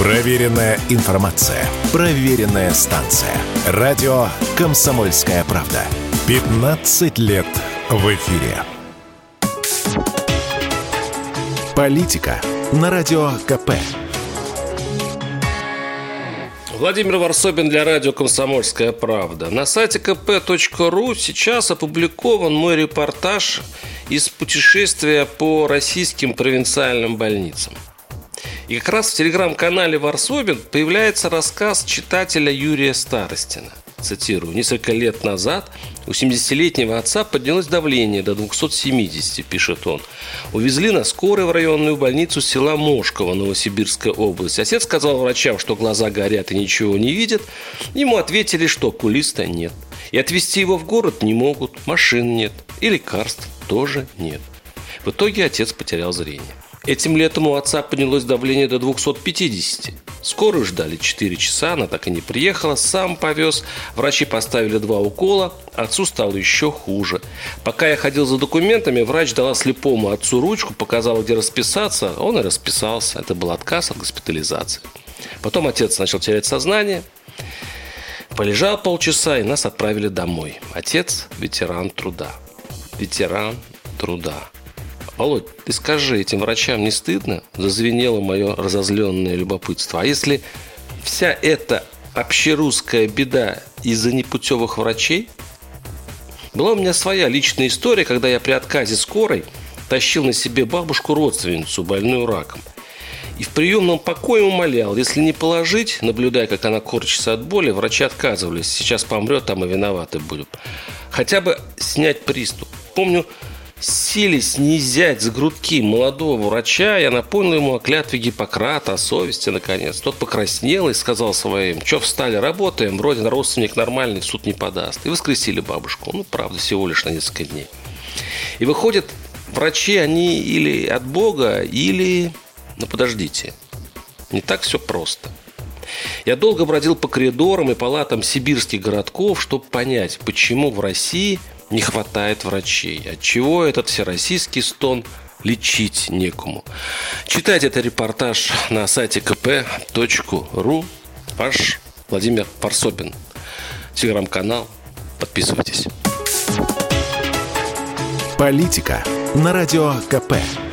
Проверенная информация. Проверенная станция. Радио «Комсомольская правда». 15 лет в эфире. Политика на Радио КП. Владимир Варсобин для радио «Комсомольская правда». На сайте kp.ru сейчас опубликован мой репортаж из путешествия по российским провинциальным больницам. И как раз в телеграм-канале Варсобин появляется рассказ читателя Юрия Старостина. Цитирую. «Несколько лет назад у 70-летнего отца поднялось давление до 270, пишет он. Увезли на скорой в районную больницу села Мошково, Новосибирская область. Отец сказал врачам, что глаза горят и ничего не видят. Ему ответили, что окулиста нет. И отвезти его в город не могут, машин нет, и лекарств тоже нет. В итоге отец потерял зрение. Этим летом у отца поднялось давление до 250. Скорую ждали 4 часа, она так и не приехала, сам повез. Врачи поставили 2 укола, отцу стало еще хуже. Пока я ходил за документами, врач дала слепому отцу ручку, показала, где расписаться, он и расписался. Это был отказ от госпитализации. Потом отец начал терять сознание, полежал полчаса, и нас отправили домой. Отец – ветеран труда. Ветеран труда. Володь, ты скажи, этим врачам не стыдно? Зазвенело мое разозленное любопытство. А если вся эта общерусская беда из-за непутевых врачей? Была у меня своя личная история, когда я при отказе скорой тащил на себе бабушку-родственницу, больную раком. И в приемном покое умолял, если не положить, наблюдая, как она корчится от боли, врачи отказывались. Сейчас помрет, а мы виноваты будем. Хотя бы снять приступ. Помню, сели снизять с грудки молодого врача, я напомнил ему о клятве Гиппократа, о совести, наконец. Тот покраснел и сказал своим: «Че встали, работаем, вроде на родственник нормальный, в суд не подаст». И воскресили бабушку, правда, всего лишь на несколько дней. И выходят, врачи, они или от Бога, или... подождите, не так все просто. Я долго бродил по коридорам и палатам сибирских городков, чтобы понять, почему в России не хватает врачей. Отчего этот всероссийский стон лечить некому. Читайте этот репортаж на сайте kp.ru. Ваш Владимир Варсобин. Телеграм-канал. Подписывайтесь. Политика на Радио КП.